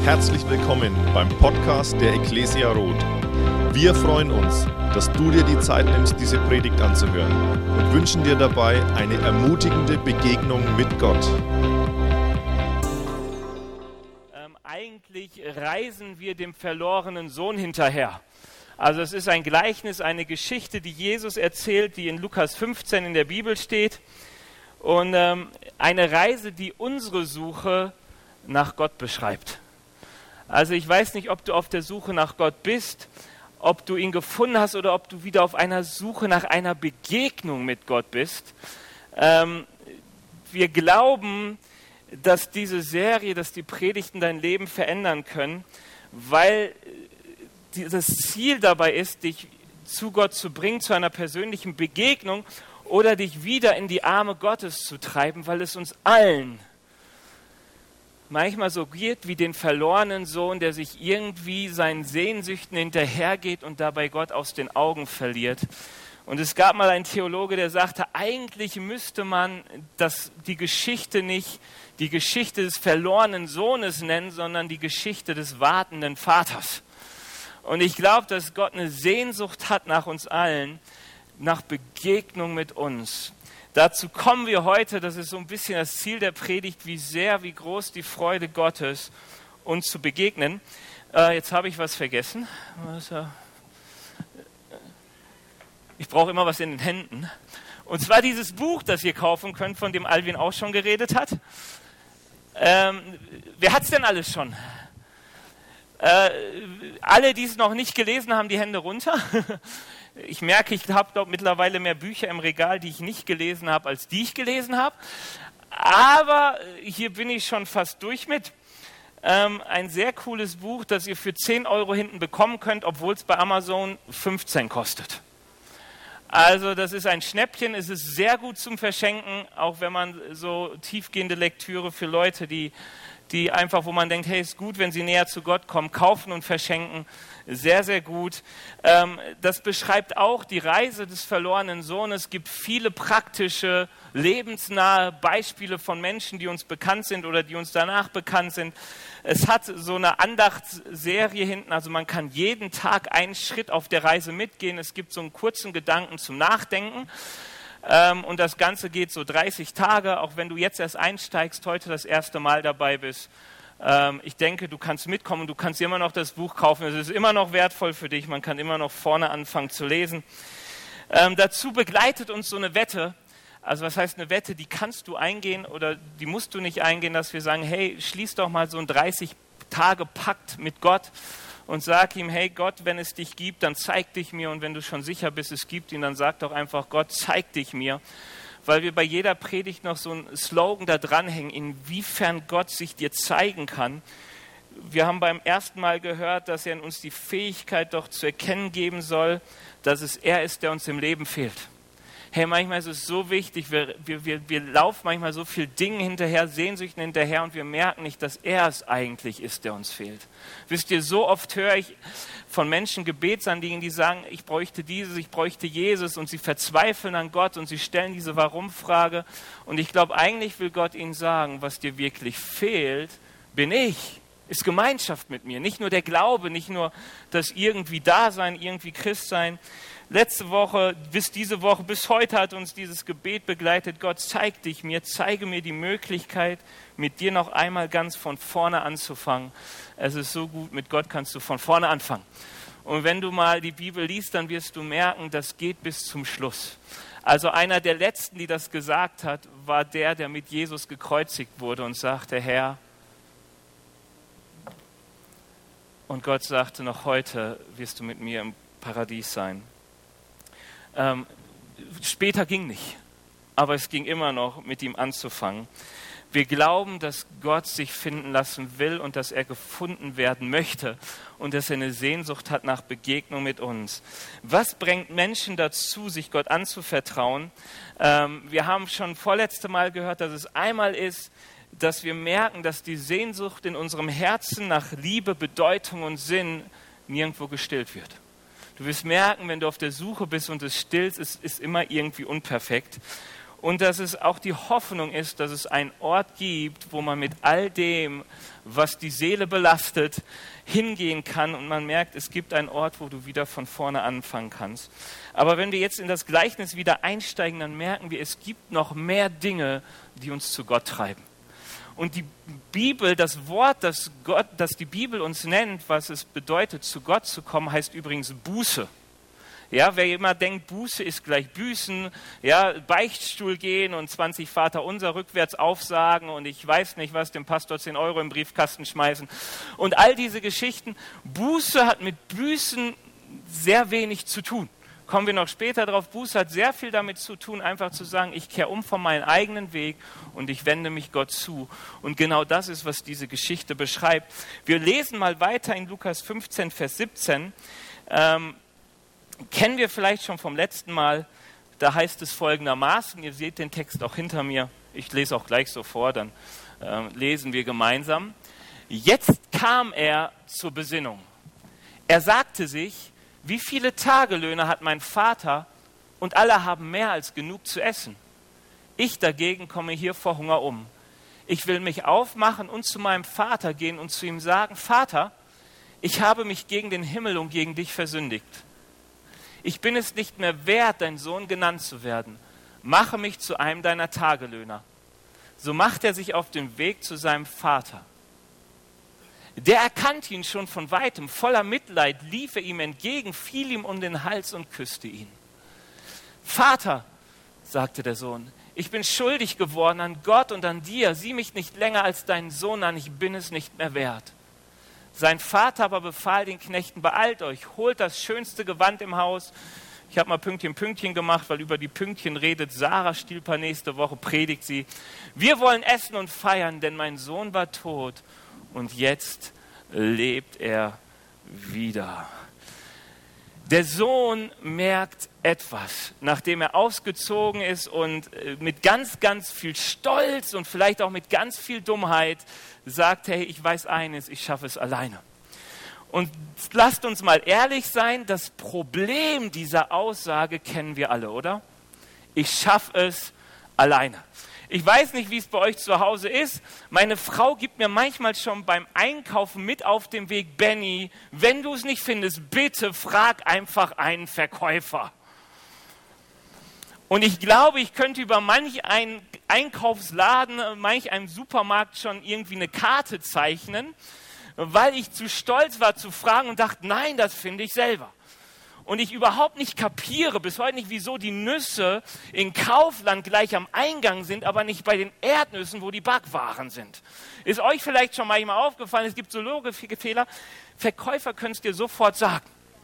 Herzlich willkommen beim Podcast der Ecclesia Roth. Wir freuen uns, dass du dir die Zeit nimmst, diese Predigt anzuhören und wünschen dir dabei eine ermutigende Begegnung mit Gott. Eigentlich reisen wir dem verlorenen Sohn hinterher. Also es ist ein Gleichnis, eine Geschichte, die Jesus erzählt, die in Lukas 15 in der Bibel steht. Und eine Reise, die unsere Suche nach Gott beschreibt. Also ich weiß nicht, ob du auf der Suche nach Gott bist, ob du ihn gefunden hast oder ob du wieder auf einer Suche nach einer Begegnung mit Gott bist. Wir glauben, dass diese Serie, dass die Predigten dein Leben verändern können, weil das Ziel dabei ist, dich zu Gott zu bringen, zu einer persönlichen Begegnung oder dich wieder in die Arme Gottes zu treiben, weil es uns allen manchmal so geht wie den verlorenen Sohn, der sich irgendwie seinen Sehnsüchten hinterhergeht und dabei Gott aus den Augen verliert. Und es gab mal einen Theologe, der sagte, eigentlich müsste man die Geschichte nicht die Geschichte des verlorenen Sohnes nennen, sondern die Geschichte des wartenden Vaters. Und ich glaube, dass Gott eine Sehnsucht hat nach uns allen, nach Begegnung mit uns. Dazu kommen wir heute, das ist so ein bisschen das Ziel der Predigt, wie groß die Freude Gottes, uns zu begegnen. Jetzt habe ich was vergessen. Ich brauche immer was in den Händen. Und zwar dieses Buch, das ihr kaufen könnt, von dem Alvin auch schon geredet hat. Wer hat es denn alles schon? Alle, die es noch nicht gelesen haben, die Hände runter. Ich merke, ich habe dort mittlerweile mehr Bücher im Regal, die ich nicht gelesen habe, als die ich gelesen habe. Aber hier bin ich schon fast durch mit. Ein sehr cooles Buch, das ihr für 10 € hinten bekommen könnt, obwohl es bei Amazon 15 kostet. Also das ist ein Schnäppchen, es ist sehr gut zum Verschenken, auch wenn man so tiefgehende Lektüre für Leute, die einfach, wo man denkt, hey, ist gut, wenn sie näher zu Gott kommen, kaufen und verschenken. Sehr, sehr gut. Das beschreibt auch die Reise des verlorenen Sohnes. Es gibt viele praktische, lebensnahe Beispiele von Menschen, die uns bekannt sind oder die uns danach bekannt sind. Es hat so eine Andachtsserie hinten, also man kann jeden Tag einen Schritt auf der Reise mitgehen. Es gibt so einen kurzen Gedanken zum Nachdenken. Und das Ganze geht so 30 Tage, auch wenn du jetzt erst einsteigst, heute das erste Mal dabei bist. Ich denke, du kannst mitkommen, du kannst immer noch das Buch kaufen, es ist immer noch wertvoll für dich, man kann immer noch vorne anfangen zu lesen. Dazu begleitet uns so eine Wette, also was heißt eine Wette, die kannst du eingehen oder die musst du nicht eingehen, dass wir sagen, hey, schließ doch mal so einen 30-Tage-Pakt mit Gott und sag ihm, hey Gott, wenn es dich gibt, dann zeig dich mir und wenn du schon sicher bist, es gibt ihn, dann sag doch einfach, Gott, zeig dich mir. Weil wir bei jeder Predigt noch so einen Slogan da dranhängen, inwiefern Gott sich dir zeigen kann. Wir haben beim ersten Mal gehört, dass er in uns die Fähigkeit doch zu erkennen geben soll, dass es er ist, der uns im Leben fehlt. Hey, manchmal ist es so wichtig, wir laufen manchmal so viel Dingen hinterher, Sehnsüchten hinterher und wir merken nicht, dass er es eigentlich ist, der uns fehlt. Wisst ihr, so oft höre ich von Menschen Gebetsanliegen, die sagen, ich bräuchte dieses, ich bräuchte Jesus und sie verzweifeln an Gott und sie stellen diese Warum-Frage und ich glaube, eigentlich will Gott ihnen sagen, was dir wirklich fehlt, bin ich. Ist Gemeinschaft mit mir, nicht nur der Glaube, nicht nur das irgendwie Dasein, irgendwie Christsein. Letzte Woche, bis diese Woche, bis heute hat uns dieses Gebet begleitet. Gott, zeig dich mir, zeige mir die Möglichkeit, mit dir noch einmal ganz von vorne anzufangen. Es ist so gut, mit Gott kannst du von vorne anfangen. Und wenn du mal die Bibel liest, dann wirst du merken, das geht bis zum Schluss. Also einer der Letzten, die das gesagt hat, war der mit Jesus gekreuzigt wurde und sagte, Herr, und Gott sagte, noch heute wirst du mit mir im Paradies sein. Später ging nicht, aber es ging immer noch, mit ihm anzufangen. Wir glauben, dass Gott sich finden lassen will und dass er gefunden werden möchte und dass er eine Sehnsucht hat nach Begegnung mit uns. Was bringt Menschen dazu, sich Gott anzuvertrauen? Wir haben schon vorletzte Mal gehört, dass es einmal ist, dass wir merken, dass die Sehnsucht in unserem Herzen nach Liebe, Bedeutung und Sinn nirgendwo gestillt wird. Du wirst merken, wenn du auf der Suche bist und es stillst, es ist immer irgendwie unperfekt. Und dass es auch die Hoffnung ist, dass es einen Ort gibt, wo man mit all dem, was die Seele belastet, hingehen kann und man merkt, es gibt einen Ort, wo du wieder von vorne anfangen kannst. Aber wenn wir jetzt in das Gleichnis wieder einsteigen, dann merken wir, es gibt noch mehr Dinge, die uns zu Gott treiben. Und die Bibel, das Wort, das die Bibel uns nennt, was es bedeutet, zu Gott zu kommen, heißt übrigens Buße. Ja, wer immer denkt, Buße ist gleich Büßen, ja, Beichtstuhl gehen und 20 Vaterunser rückwärts aufsagen und ich weiß nicht was, dem Pastor 10 Euro im Briefkasten schmeißen und all diese Geschichten. Buße hat mit Büßen sehr wenig zu tun. Kommen wir noch später drauf. Buße hat sehr viel damit zu tun, einfach zu sagen, ich kehre um von meinem eigenen Weg und ich wende mich Gott zu. Und genau das ist, was diese Geschichte beschreibt. Wir lesen mal weiter in Lukas 15, Vers 17. Kennen wir vielleicht schon vom letzten Mal, da heißt es folgendermaßen, ihr seht den Text auch hinter mir, ich lese auch gleich so vor, dann lesen wir gemeinsam. Jetzt kam er zur Besinnung. Er sagte sich, wie viele Tagelöhner hat mein Vater und alle haben mehr als genug zu essen. Ich dagegen komme hier vor Hunger um. Ich will mich aufmachen und zu meinem Vater gehen und zu ihm sagen, Vater, ich habe mich gegen den Himmel und gegen dich versündigt. Ich bin es nicht mehr wert, dein Sohn genannt zu werden. Mache mich zu einem deiner Tagelöhner. So macht er sich auf den Weg zu seinem Vater. Der erkannte ihn schon von weitem. Voller Mitleid lief er ihm entgegen, fiel ihm um den Hals und küsste ihn. Vater, sagte der Sohn, ich bin schuldig geworden an Gott und an dir. Sieh mich nicht länger als deinen Sohn an, ich bin es nicht mehr wert. Sein Vater aber befahl den Knechten, beeilt euch, holt das schönste Gewand im Haus. Ich habe mal Pünktchen gemacht, weil über die Pünktchen redet Sarah Stielper nächste Woche, predigt sie. Wir wollen essen und feiern, denn mein Sohn war tot und jetzt lebt er wieder. Der Sohn merkt etwas, nachdem er ausgezogen ist und mit ganz, ganz viel Stolz und vielleicht auch mit ganz viel Dummheit sagt, hey, ich weiß eines, ich schaffe es alleine. Und lasst uns mal ehrlich sein, das Problem dieser Aussage kennen wir alle, oder? Ich schaffe es alleine. Ich weiß nicht, wie es bei euch zu Hause ist. Meine Frau gibt mir manchmal schon beim Einkaufen mit auf dem Weg, Benny, wenn du es nicht findest, bitte frag einfach einen Verkäufer. Und ich glaube, ich könnte über manch einen Einkaufsladen, manch einen Supermarkt schon irgendwie eine Karte zeichnen, weil ich zu stolz war zu fragen und dachte, nein, das finde ich selber. Und ich überhaupt nicht kapiere, bis heute nicht, wieso die Nüsse in Kaufland gleich am Eingang sind, aber nicht bei den Erdnüssen, wo die Backwaren sind. Ist euch vielleicht schon manchmal aufgefallen, es gibt so logische Fehler. Verkäufer können es dir sofort sagen.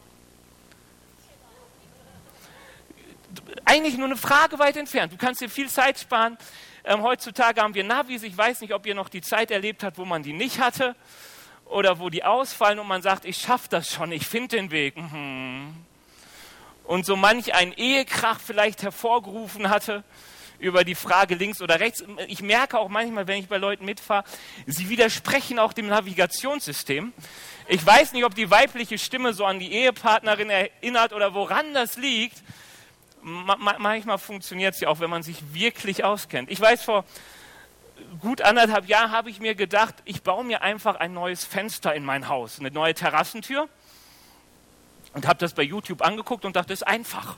Eigentlich nur eine Frage weit entfernt. Du kannst dir viel Zeit sparen. Heutzutage haben wir Navis. Ich weiß nicht, ob ihr noch die Zeit erlebt habt, wo man die nicht hatte oder wo die ausfallen und man sagt, ich schaffe das schon, ich finde den Weg. Und so manch ein Ehekrach vielleicht hervorgerufen hatte über die Frage links oder rechts. Ich merke auch manchmal, wenn ich bei Leuten mitfahre, sie widersprechen auch dem Navigationssystem. Ich weiß nicht, ob die weibliche Stimme so an die Ehepartnerin erinnert oder woran das liegt. Manchmal funktioniert es ja auch, wenn man sich wirklich auskennt. Ich weiß, vor gut 1,5 Jahren habe ich mir gedacht, ich baue mir einfach ein neues Fenster in mein Haus, eine neue Terrassentür. Und habe das bei YouTube angeguckt und dachte, das ist einfach.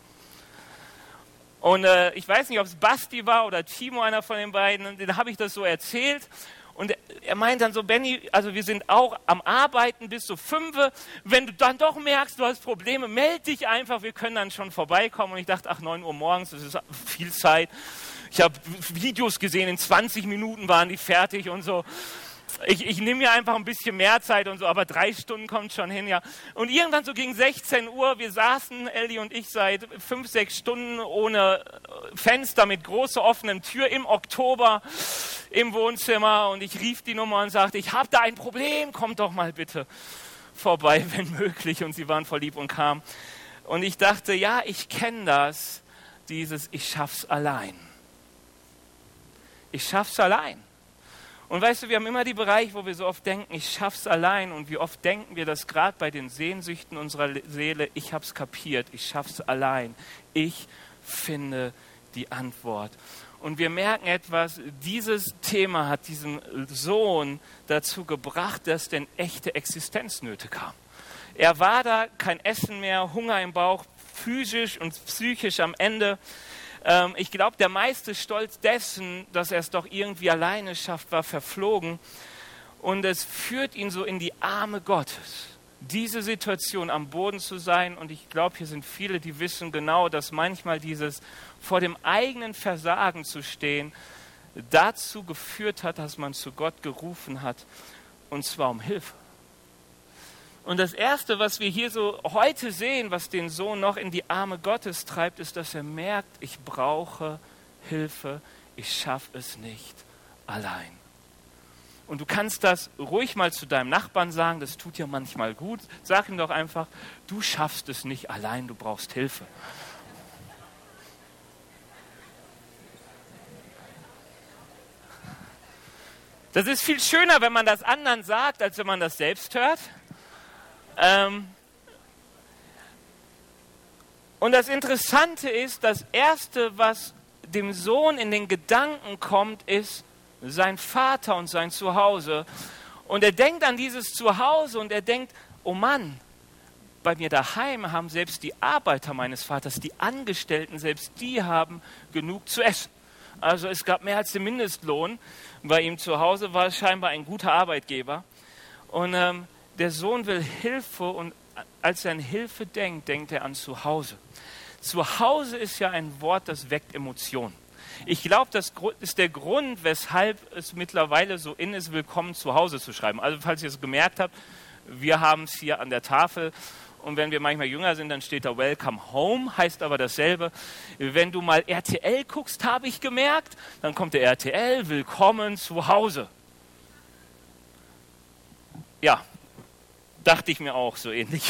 Und ich weiß nicht, ob es Basti war oder Timo, einer von den beiden, den habe ich das so erzählt. Und er meint dann so, Benny, also wir sind auch am Arbeiten bis so 5 Uhr. Wenn du dann doch merkst, du hast Probleme, melde dich einfach, wir können dann schon vorbeikommen. Und ich dachte, 9 Uhr morgens, das ist viel Zeit. Ich habe Videos gesehen, in 20 Minuten waren die fertig und so. Ich nehme mir einfach ein bisschen mehr Zeit und so, aber 3 Stunden kommt schon hin, ja. Und irgendwann so gegen 16 Uhr, wir saßen, Elli und ich, seit 5, 6 Stunden ohne Fenster mit großer offenen Tür im Oktober im Wohnzimmer und ich rief die Nummer und sagte, ich habe da ein Problem, kommt doch mal bitte vorbei, wenn möglich. Und sie waren voll lieb und kamen. Und ich dachte, ja, ich kenne das, dieses ich schaff's allein. Ich schaff's allein. Und weißt du, wir haben immer die Bereiche, wo wir so oft denken, ich schaff's allein. Und wie oft denken wir das gerade bei den Sehnsüchten unserer Seele, ich hab's kapiert, ich schaff's allein. Ich finde die Antwort. Und wir merken etwas, dieses Thema hat diesen Sohn dazu gebracht, dass denn echte Existenznöte kamen. Er war da, kein Essen mehr, Hunger im Bauch, physisch und psychisch am Ende. Ich glaube, der meiste Stolz dessen, dass er es doch irgendwie alleine schafft, war verflogen. Und es führt ihn so in die Arme Gottes. Diese Situation am Boden zu sein. Und ich glaube, hier sind viele, die wissen genau, dass manchmal dieses vor dem eigenen Versagen zu stehen, dazu geführt hat, dass man zu Gott gerufen hat. Und zwar um Hilfe. Und das Erste, was wir hier so heute sehen, was den Sohn noch in die Arme Gottes treibt, ist, dass er merkt, ich brauche Hilfe, ich schaffe es nicht allein. Und du kannst das ruhig mal zu deinem Nachbarn sagen, das tut dir manchmal gut. Sag ihm doch einfach, du schaffst es nicht allein, du brauchst Hilfe. Das ist viel schöner, wenn man das anderen sagt, als wenn man das selbst hört. Und das Interessante ist, das Erste, was dem Sohn in den Gedanken kommt, ist sein Vater und sein Zuhause. Und er denkt an dieses Zuhause und er denkt, oh Mann, bei mir daheim haben selbst die Arbeiter meines Vaters, die Angestellten, selbst die haben genug zu essen. Also es gab mehr als den Mindestlohn. Bei ihm zu Hause war es scheinbar ein guter Arbeitgeber. Und der Sohn will Hilfe und als er an Hilfe denkt, denkt er an Zuhause. Zuhause ist ja ein Wort, das weckt Emotionen. Ich glaube, das ist der Grund, weshalb es mittlerweile so in ist, willkommen zu Hause zu schreiben. Also falls ihr es gemerkt habt, wir haben es hier an der Tafel und wenn wir manchmal jünger sind, dann steht da Welcome Home, heißt aber dasselbe. Wenn du mal RTL guckst, habe ich gemerkt, dann kommt der RTL, Willkommen zu Hause. Ja, dachte ich mir auch so ähnlich.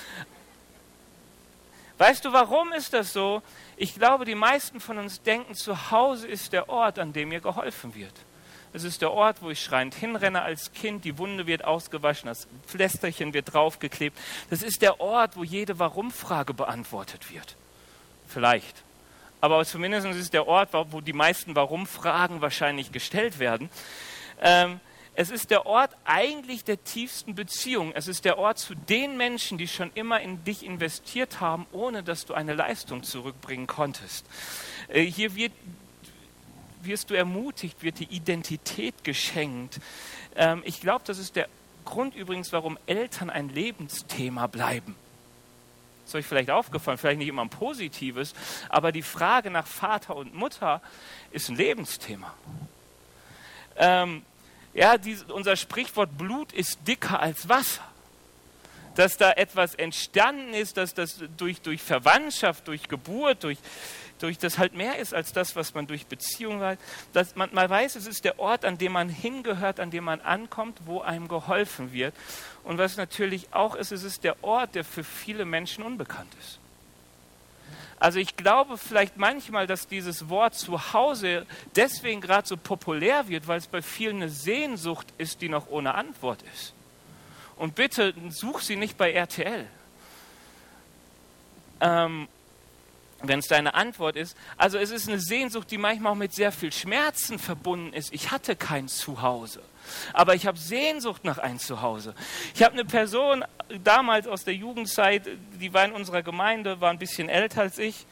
Weißt du, warum ist das so? Ich glaube, die meisten von uns denken, zu Hause ist der Ort, an dem mir geholfen wird. Es ist der Ort, wo ich schreiend hinrenne als Kind, die Wunde wird ausgewaschen, das Pflästerchen wird draufgeklebt. Das ist der Ort, wo jede Warum-Frage beantwortet wird. Vielleicht. Aber zumindest ist es der Ort, wo die meisten Warum-Fragen wahrscheinlich gestellt werden. Es ist der Ort eigentlich der tiefsten Beziehung. Es ist der Ort zu den Menschen, die schon immer in dich investiert haben, ohne dass du eine Leistung zurückbringen konntest. Hier wirst du ermutigt, wird die Identität geschenkt. Ich glaube, das ist der Grund übrigens, warum Eltern ein Lebensthema bleiben. Ist euch vielleicht aufgefallen, vielleicht nicht immer ein positives, aber die Frage nach Vater und Mutter ist ein Lebensthema. Unser Sprichwort Blut ist dicker als Wasser. Dass da etwas entstanden ist, dass das durch Verwandtschaft, durch Geburt, durch das halt mehr ist als das, was man durch Beziehung weiß. Dass man weiß, es ist der Ort, an dem man hingehört, an dem man ankommt, wo einem geholfen wird. Und was natürlich auch ist, es ist der Ort, der für viele Menschen unbekannt ist. Also ich glaube vielleicht manchmal, dass dieses Wort Zuhause deswegen gerade so populär wird, weil es bei vielen eine Sehnsucht ist, die noch ohne Antwort ist. Und bitte such sie nicht bei RTL. Wenn es deine Antwort ist. Also es ist eine Sehnsucht, die manchmal auch mit sehr viel Schmerzen verbunden ist. Ich hatte kein Zuhause, aber ich habe Sehnsucht nach einem Zuhause. Ich habe eine Person damals aus der Jugendzeit, die war in unserer Gemeinde, war ein bisschen älter als ich.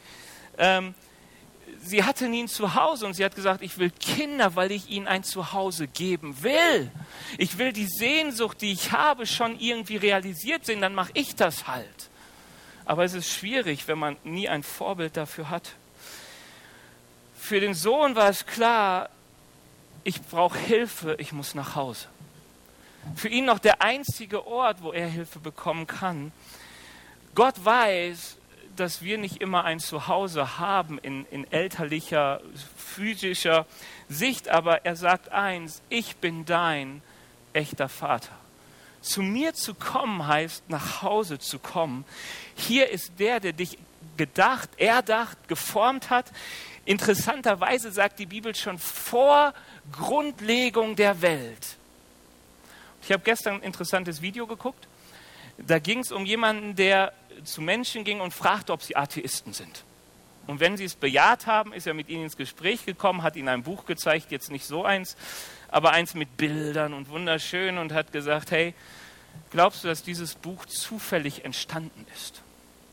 Sie hatte nie ein Zuhause und sie hat gesagt, ich will Kinder, weil ich ihnen ein Zuhause geben will. Ich will die Sehnsucht, die ich habe, schon irgendwie realisiert sehen, dann mache ich das halt. Aber es ist schwierig, wenn man nie ein Vorbild dafür hat. Für den Sohn war es klar, ich brauche Hilfe, ich muss nach Hause. Für ihn noch der einzige Ort, wo er Hilfe bekommen kann. Gott weiß, dass wir nicht immer ein Zuhause haben in elterlicher, physischer Sicht, aber er sagt eins, ich bin dein echter Vater. Zu mir zu kommen heißt, nach Hause zu kommen. Hier ist der dich gedacht, erdacht, geformt hat. Interessanterweise sagt die Bibel schon vor Grundlegung der Welt. Ich habe gestern ein interessantes Video geguckt. Da ging es um jemanden, der zu Menschen ging und fragte, ob sie Atheisten sind. Und wenn sie es bejaht haben, ist er mit ihnen ins Gespräch gekommen, hat ihnen ein Buch gezeigt, jetzt nicht so eins, aber eins mit Bildern und wunderschön und hat gesagt, hey, glaubst du, dass dieses Buch zufällig entstanden ist?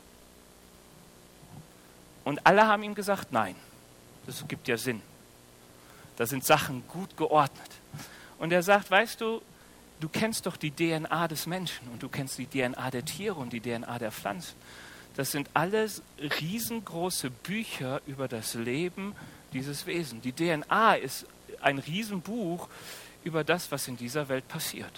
Und alle haben ihm gesagt, nein, das gibt ja Sinn. Da sind Sachen gut geordnet. Und er sagt, weißt du, du kennst doch die DNA des Menschen und du kennst die DNA der Tiere und die DNA der Pflanzen. Das sind alles riesengroße Bücher über das Leben dieses Wesens. Die DNA ist ein Riesenbuch über das, was in dieser Welt passiert.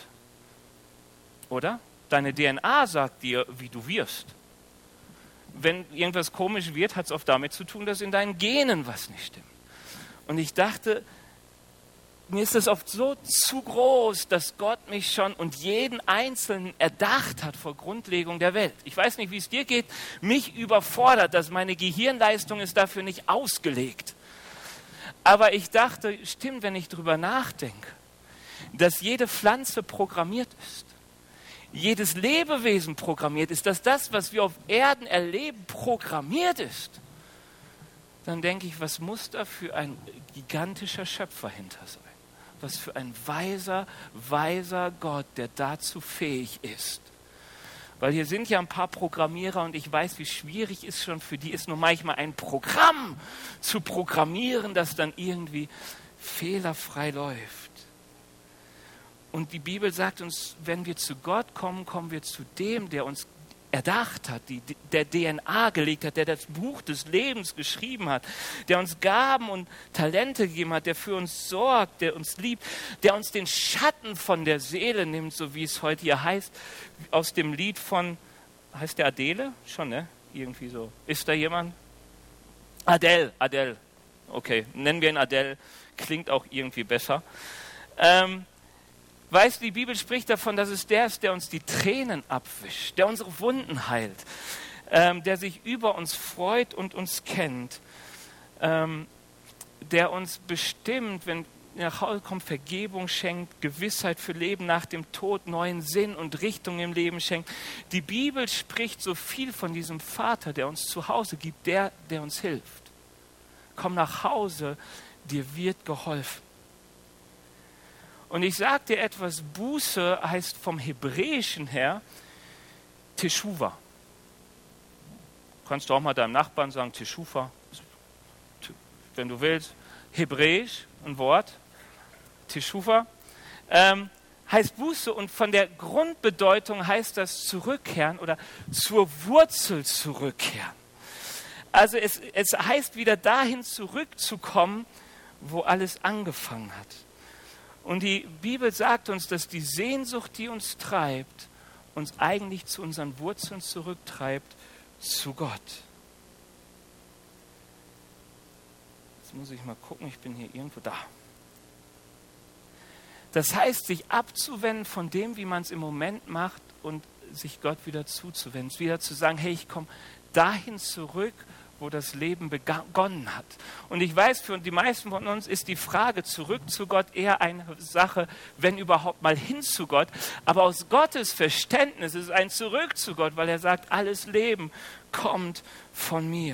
Oder? Deine DNA sagt dir, wie du wirst. Wenn irgendwas komisch wird, hat es oft damit zu tun, dass in deinen Genen was nicht stimmt. Und ich dachte, mir ist das oft so zu groß, dass Gott mich schon und jeden Einzelnen erdacht hat vor Grundlegung der Welt. Ich weiß nicht, wie es dir geht, mich überfordert, dass meine Gehirnleistung ist dafür nicht ausgelegt. Aber ich dachte, stimmt, wenn ich drüber nachdenke, dass jede Pflanze programmiert ist, jedes Lebewesen programmiert ist, dass das, was wir auf Erden erleben, programmiert ist, dann denke ich, was muss da für ein gigantischer Schöpfer hinter sein? Was für ein weiser Gott, der dazu fähig ist. Weil hier sind ja ein paar Programmierer und ich weiß, wie schwierig es schon für die ist, nur manchmal ein Programm zu programmieren, das dann irgendwie fehlerfrei läuft. Und die Bibel sagt uns, wenn wir zu Gott kommen, kommen wir zu dem, der uns erdacht hat, der DNA gelegt hat, der das Buch des Lebens geschrieben hat, der uns Gaben und Talente gegeben hat, der für uns sorgt, der uns liebt, der uns den Schatten von der Seele nimmt, so wie es heute hier heißt, aus dem Lied von, heißt der Adele? Schon, ne? Irgendwie so. Ist da jemand? Adele. Okay, nennen wir ihn Adele, klingt auch irgendwie besser. Weißt du, die Bibel spricht davon, dass es der ist, der uns die Tränen abwischt, der unsere Wunden heilt, der sich über uns freut und uns kennt, der uns bestimmt, wenn nach Hause kommt, Vergebung schenkt, Gewissheit für Leben nach dem Tod, neuen Sinn und Richtung im Leben schenkt. Die Bibel spricht so viel von diesem Vater, der uns zu Hause gibt, der uns hilft. Komm nach Hause, dir wird geholfen. Und ich sage dir etwas, Buße heißt vom Hebräischen her Teshuva. Kannst du auch mal deinem Nachbarn sagen, Teshuva, wenn du willst. Hebräisch, ein Wort, Teshuva, heißt Buße und von der Grundbedeutung heißt das zurückkehren oder zur Wurzel zurückkehren. Also es heißt wieder dahin zurückzukommen, wo alles angefangen hat. Und die Bibel sagt uns, dass die Sehnsucht, die uns treibt, uns eigentlich zu unseren Wurzeln zurücktreibt, zu Gott. Jetzt muss ich mal gucken, ich bin hier irgendwo da. Das heißt, sich abzuwenden von dem, wie man es im Moment macht und sich Gott wieder zuzuwenden. Wieder zu sagen, hey, ich komme dahin zurück, wo das Leben begonnen hat. Und ich weiß, für die meisten von uns ist die Frage zurück zu Gott eher eine Sache, wenn überhaupt mal hin zu Gott. Aber aus Gottes Verständnis ist es ein Zurück zu Gott, weil er sagt, alles Leben kommt von mir.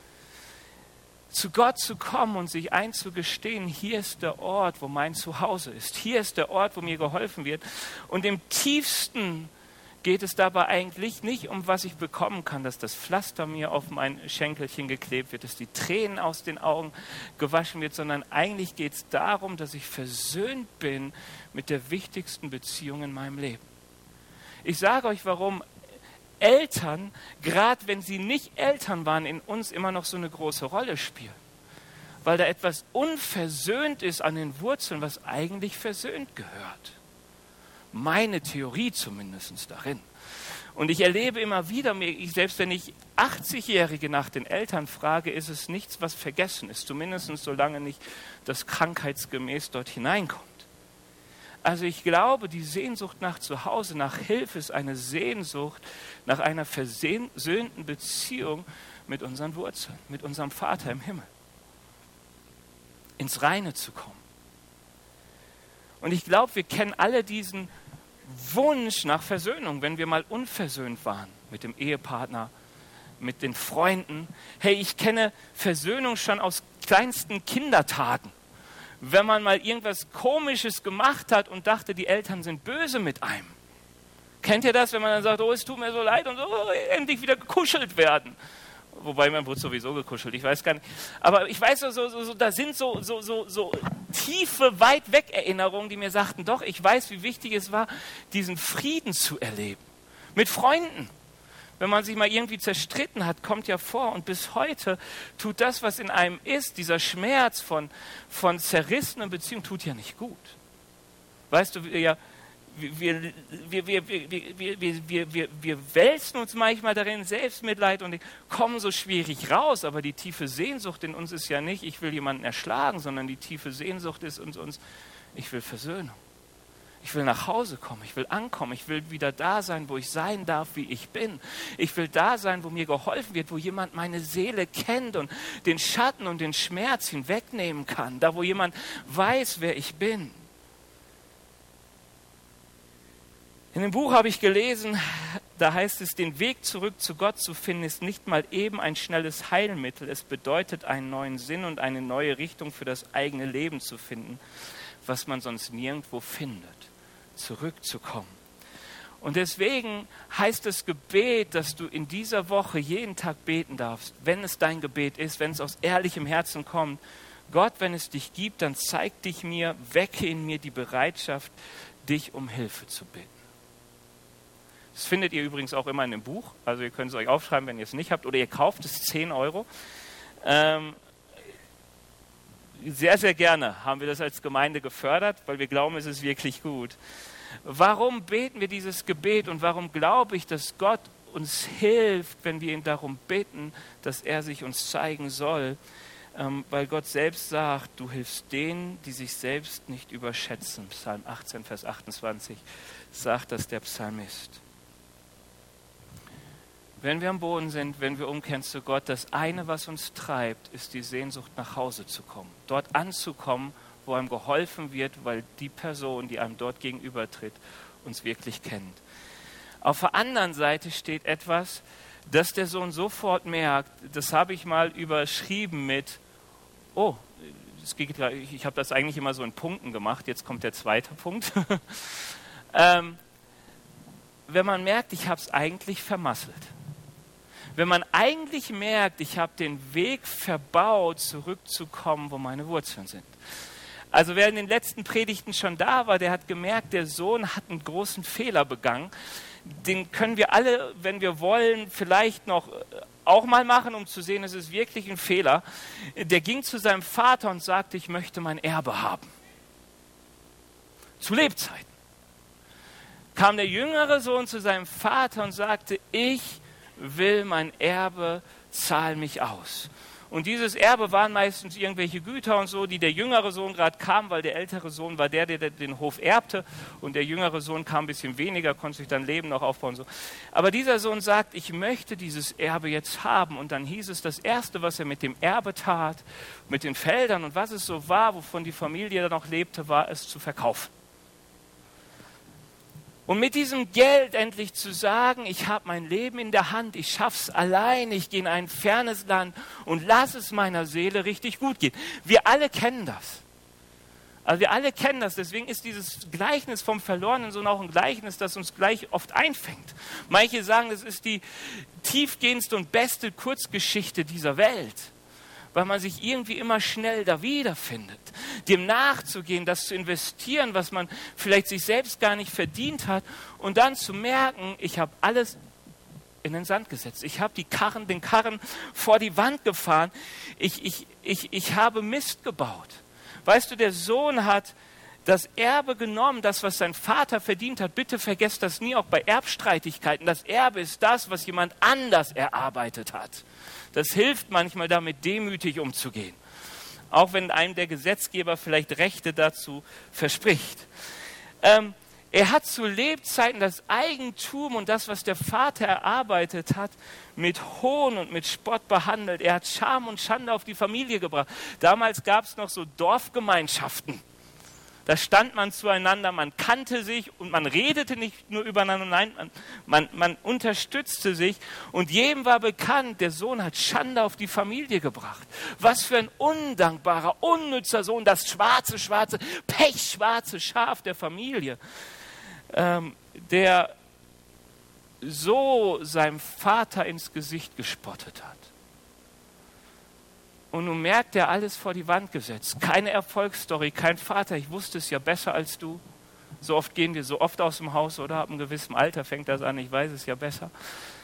Zu Gott zu kommen und sich einzugestehen, hier ist der Ort, wo mein Zuhause ist. Hier ist der Ort, wo mir geholfen wird. Und im tiefsten geht es dabei eigentlich nicht um, was ich bekommen kann, dass das Pflaster mir auf mein Schenkelchen geklebt wird, dass die Tränen aus den Augen gewaschen wird, sondern eigentlich geht es darum, dass ich versöhnt bin mit der wichtigsten Beziehung in meinem Leben. Ich sage euch, warum Eltern, gerade wenn sie nicht Eltern waren, in uns immer noch so eine große Rolle spielen. Weil da etwas unversöhnt ist an den Wurzeln, was eigentlich versöhnt gehört. Meine Theorie zumindest darin. Und ich erlebe immer wieder, selbst wenn ich 80-Jährige nach den Eltern frage, ist es nichts, was vergessen ist. Zumindest solange nicht das krankheitsgemäß dort hineinkommt. Also ich glaube, die Sehnsucht nach Zuhause, nach Hilfe ist eine Sehnsucht nach einer versöhnten Beziehung mit unseren Wurzeln, mit unserem Vater im Himmel. Ins Reine zu kommen. Und ich glaube, wir kennen alle diesen Wunsch nach Versöhnung, wenn wir mal unversöhnt waren mit dem Ehepartner, mit den Freunden. Hey, ich kenne Versöhnung schon aus kleinsten Kindertagen. Wenn man mal irgendwas Komisches gemacht hat und dachte, die Eltern sind böse mit einem. Kennt ihr das, wenn man dann sagt, oh, es tut mir so leid und so, endlich wieder gekuschelt werden? Wobei, man wurde sowieso gekuschelt, ich weiß gar nicht. Aber ich weiß, da sind so tiefe, weit weg Erinnerungen, die mir sagten, doch, ich weiß, wie wichtig es war, diesen Frieden zu erleben. Mit Freunden. Wenn man sich mal irgendwie zerstritten hat, kommt ja vor. Und bis heute tut das, was in einem ist, dieser Schmerz von zerrissenen Beziehungen, tut ja nicht gut. Weißt du, wir wälzen uns manchmal darin, Selbstmitleid, und kommen so schwierig raus. Aber die tiefe Sehnsucht in uns ist ja nicht, ich will jemanden erschlagen, sondern die tiefe Sehnsucht ist uns, ich will Versöhnung. Ich will nach Hause kommen, ich will ankommen, ich will wieder da sein, wo ich sein darf, wie ich bin. Ich will da sein, wo mir geholfen wird, wo jemand meine Seele kennt und den Schatten und den Schmerz hinwegnehmen kann. Da, wo jemand weiß, wer ich bin. In dem Buch habe ich gelesen, da heißt es, den Weg zurück zu Gott zu finden, ist nicht mal eben ein schnelles Heilmittel. Es bedeutet, einen neuen Sinn und eine neue Richtung für das eigene Leben zu finden, was man sonst nirgendwo findet. Zurückzukommen. Und deswegen heißt das Gebet, dass du in dieser Woche jeden Tag beten darfst, wenn es dein Gebet ist, wenn es aus ehrlichem Herzen kommt. Gott, wenn es dich gibt, dann zeig dich mir, wecke in mir die Bereitschaft, dich um Hilfe zu bitten. Das findet ihr übrigens auch immer in dem Buch. Also ihr könnt es euch aufschreiben, wenn ihr es nicht habt. Oder ihr kauft es, 10 €. Sehr, sehr gerne haben wir das als Gemeinde gefördert, weil wir glauben, es ist wirklich gut. Warum beten wir dieses Gebet und warum glaube ich, dass Gott uns hilft, wenn wir ihn darum bitten, dass er sich uns zeigen soll? Weil Gott selbst sagt, du hilfst denen, die sich selbst nicht überschätzen. Psalm 18, Vers 28 sagt das der Psalmist. Wenn wir am Boden sind, wenn wir umkehren zu Gott, das eine, was uns treibt, ist die Sehnsucht, nach Hause zu kommen. Dort anzukommen, wo einem geholfen wird, weil die Person, die einem dort gegenübertritt, uns wirklich kennt. Auf der anderen Seite steht etwas, das der Sohn sofort merkt. Das habe ich mal überschrieben mit, ich habe das eigentlich immer so in Punkten gemacht, jetzt kommt der zweite Punkt. Wenn man merkt, ich habe es eigentlich vermasselt. Wenn man eigentlich merkt, ich habe den Weg verbaut, zurückzukommen, wo meine Wurzeln sind. Also wer in den letzten Predigten schon da war, der hat gemerkt, der Sohn hat einen großen Fehler begangen. Den können wir alle, wenn wir wollen, vielleicht noch auch mal machen, um zu sehen, es ist wirklich ein Fehler. Der ging zu seinem Vater und sagte, ich möchte mein Erbe haben. Zu Lebzeiten. Kam der jüngere Sohn zu seinem Vater und sagte, ich will mein Erbe, zahl mich aus. Und dieses Erbe waren meistens irgendwelche Güter und so, die der jüngere Sohn gerade kam, weil der ältere Sohn war der den Hof erbte, und der jüngere Sohn kam ein bisschen weniger, konnte sich dann Leben noch aufbauen. So. Aber dieser Sohn sagt, ich möchte dieses Erbe jetzt haben. Und dann hieß es, das Erste, was er mit dem Erbe tat, mit den Feldern und was es so war, wovon die Familie noch lebte, war es zu verkaufen. Und mit diesem Geld endlich zu sagen, ich habe mein Leben in der Hand, ich schaff's allein, ich gehe in ein fernes Land und lass es meiner Seele richtig gut gehen. Wir alle kennen das. Also wir alle kennen das, deswegen ist dieses Gleichnis vom verlorenen Sohn auch ein Gleichnis, das uns gleich oft einfängt. Manche sagen, das ist die tiefgehendste und beste Kurzgeschichte dieser Welt, weil man sich irgendwie immer schnell da wiederfindet. Dem nachzugehen, das zu investieren, was man vielleicht sich selbst gar nicht verdient hat, und dann zu merken, ich habe alles in den Sand gesetzt. Ich habe den Karren vor die Wand gefahren. Ich habe Mist gebaut. Weißt du, der Sohn hat das Erbe genommen, das, was sein Vater verdient hat. Bitte vergesst das nie, auch bei Erbstreitigkeiten. Das Erbe ist das, was jemand anders erarbeitet hat. Das hilft manchmal, damit demütig umzugehen. Auch wenn einem der Gesetzgeber vielleicht Rechte dazu verspricht. Er hat zu Lebzeiten das Eigentum und das, was der Vater erarbeitet hat, mit Hohn und mit Spott behandelt. Er hat Scham und Schande auf die Familie gebracht. Damals gab es noch so Dorfgemeinschaften. Da stand man zueinander, man kannte sich und man redete nicht nur übereinander, nein, man unterstützte sich und jedem war bekannt, der Sohn hat Schande auf die Familie gebracht. Was für ein undankbarer, unnützer Sohn, das schwarze, pechschwarze Schaf der Familie, der so seinem Vater ins Gesicht gespottet hat. Und nun merkt er, alles vor die Wand gesetzt. Keine Erfolgsstory, kein Vater, ich wusste es ja besser als du. So oft gehen wir so oft aus dem Haus, oder? Ab einem gewissen Alter fängt das an, ich weiß es ja besser.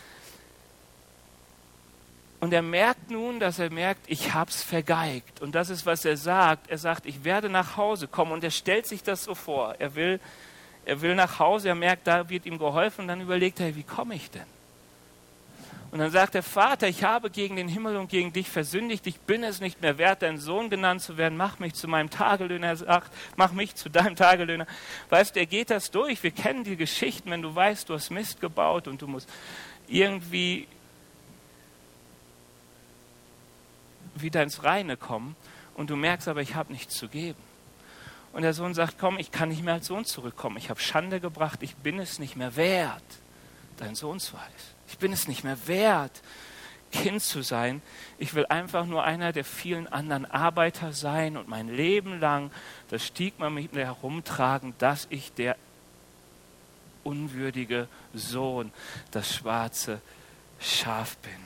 Und er merkt nun, ich hab's vergeigt. Und das ist, was er sagt. Er sagt, ich werde nach Hause kommen. Und er stellt sich das so vor. Er will nach Hause, er merkt, da wird ihm geholfen. Und dann überlegt er, wie komme ich denn? Und dann sagt der Vater, ich habe gegen den Himmel und gegen dich versündigt, ich bin es nicht mehr wert, dein Sohn genannt zu werden, mach mich zu meinem Tagelöhner. Er sagt, mach mich zu deinem Tagelöhner. Weißt du, er geht das durch, wir kennen die Geschichten, wenn du weißt, du hast Mist gebaut und du musst irgendwie wieder ins Reine kommen und du merkst aber, ich habe nichts zu geben. Und der Sohn sagt, komm, ich kann nicht mehr als Sohn zurückkommen, ich habe Schande gebracht, ich bin es nicht mehr wert, dein Sohn zu heißen. Ich bin es nicht mehr wert, Kind zu sein. Ich will einfach nur einer der vielen anderen Arbeiter sein und mein Leben lang das Stigma mit mir herumtragen, dass ich der unwürdige Sohn, das schwarze Schaf bin.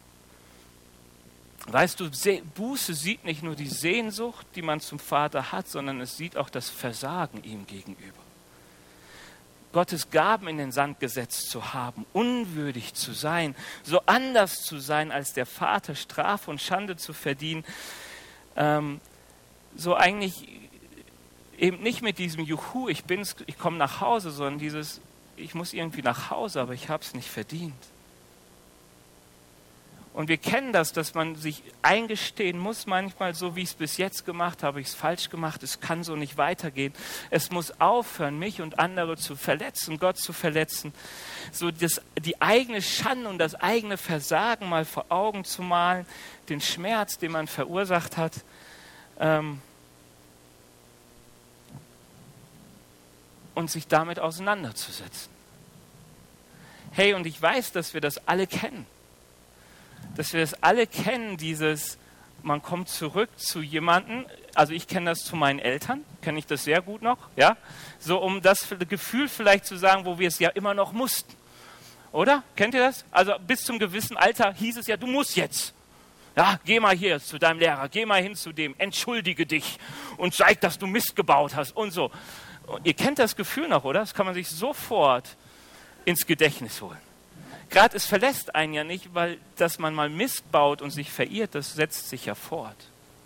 Weißt du, Buße sieht nicht nur die Sehnsucht, die man zum Vater hat, sondern es sieht auch das Versagen ihm gegenüber. Gottes Gaben in den Sand gesetzt zu haben, unwürdig zu sein, so anders zu sein als der Vater, Strafe und Schande zu verdienen, so eigentlich eben nicht mit diesem Juhu, ich komme nach Hause, sondern dieses, ich muss irgendwie nach Hause, aber ich habe es nicht verdient. Und wir kennen das, dass man sich eingestehen muss, manchmal so wie ich es bis jetzt gemacht habe, ich es falsch gemacht, es kann so nicht weitergehen. Es muss aufhören, mich und andere zu verletzen, Gott zu verletzen. So die eigene Schande und das eigene Versagen mal vor Augen zu malen, den Schmerz, den man verursacht hat. Und sich damit auseinanderzusetzen. Hey, und ich weiß, dass wir das alle kennen. Dass wir das alle kennen, man kommt zurück zu jemandem, also ich kenne das zu meinen Eltern, kenne ich das sehr gut noch, ja, so um das Gefühl vielleicht zu sagen, wo wir es ja immer noch mussten, oder? Kennt ihr das? Also bis zum gewissen Alter hieß es ja, du musst jetzt, ja, geh mal hier zu deinem Lehrer, geh mal hin zu dem, entschuldige dich und zeig, dass du Mist gebaut hast und so. Und ihr kennt das Gefühl noch, oder? Das kann man sich sofort ins Gedächtnis holen. Gerade es verlässt einen ja nicht, weil dass man mal Mist baut und sich verirrt, das setzt sich ja fort.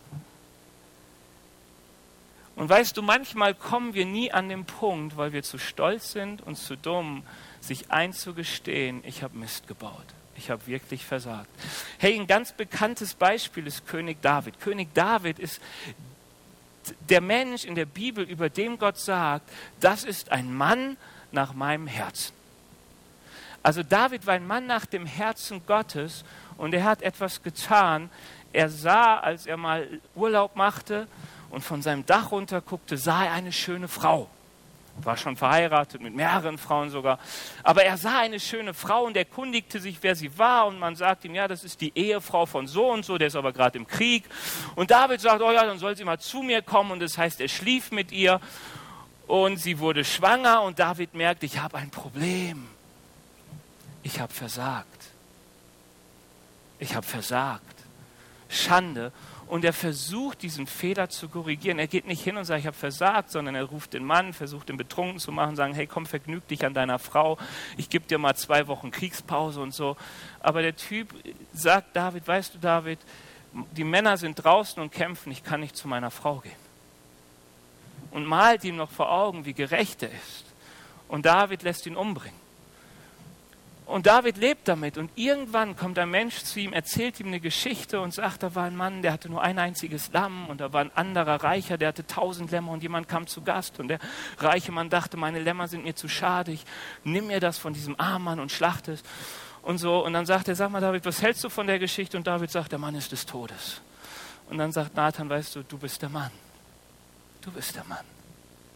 Und weißt du, manchmal kommen wir nie an den Punkt, weil wir zu stolz sind und zu dumm, sich einzugestehen, ich habe Mist gebaut. Ich habe wirklich versagt. Hey, ein ganz bekanntes Beispiel ist König David. König David ist der Mensch in der Bibel, über den Gott sagt, das ist ein Mann nach meinem Herzen. Also David war ein Mann nach dem Herzen Gottes und er hat etwas getan. Er sah, als er mal Urlaub machte und von seinem Dach runter guckte, sah er eine schöne Frau. War schon verheiratet, mit mehreren Frauen sogar. Aber er sah eine schöne Frau und erkundigte sich, wer sie war. Und man sagt ihm, ja, das ist die Ehefrau von so und so, der ist aber gerade im Krieg. Und David sagt, oh ja, dann soll sie mal zu mir kommen. Und das heißt, er schlief mit ihr und sie wurde schwanger. Und David merkt, ich habe ein Problem. Ich habe versagt. Ich habe versagt. Schande. Und er versucht, diesen Fehler zu korrigieren. Er geht nicht hin und sagt, ich habe versagt, sondern er ruft den Mann, versucht ihn betrunken zu machen, sagen, hey, komm, vergnüg dich an deiner Frau. Ich gebe dir mal 2 Wochen Kriegspause und so. Aber der Typ sagt David, weißt du, David, die Männer sind draußen und kämpfen, ich kann nicht zu meiner Frau gehen. Und malt ihm noch vor Augen, wie gerecht er ist. Und David lässt ihn umbringen. Und David lebt damit und irgendwann kommt ein Mensch zu ihm, erzählt ihm eine Geschichte und sagt, da war ein Mann, der hatte nur ein einziges Lamm und da war ein anderer Reicher, der hatte 1000 Lämmer und jemand kam zu Gast und der reiche Mann dachte, meine Lämmer sind mir zu schade, ich nimm mir das von diesem armen Mann und schlachte es und so. Und dann sagt er, sag mal David, was hältst du von der Geschichte? Und David sagt, der Mann ist des Todes. Und dann sagt Nathan, weißt du, du bist der Mann. Du bist der Mann.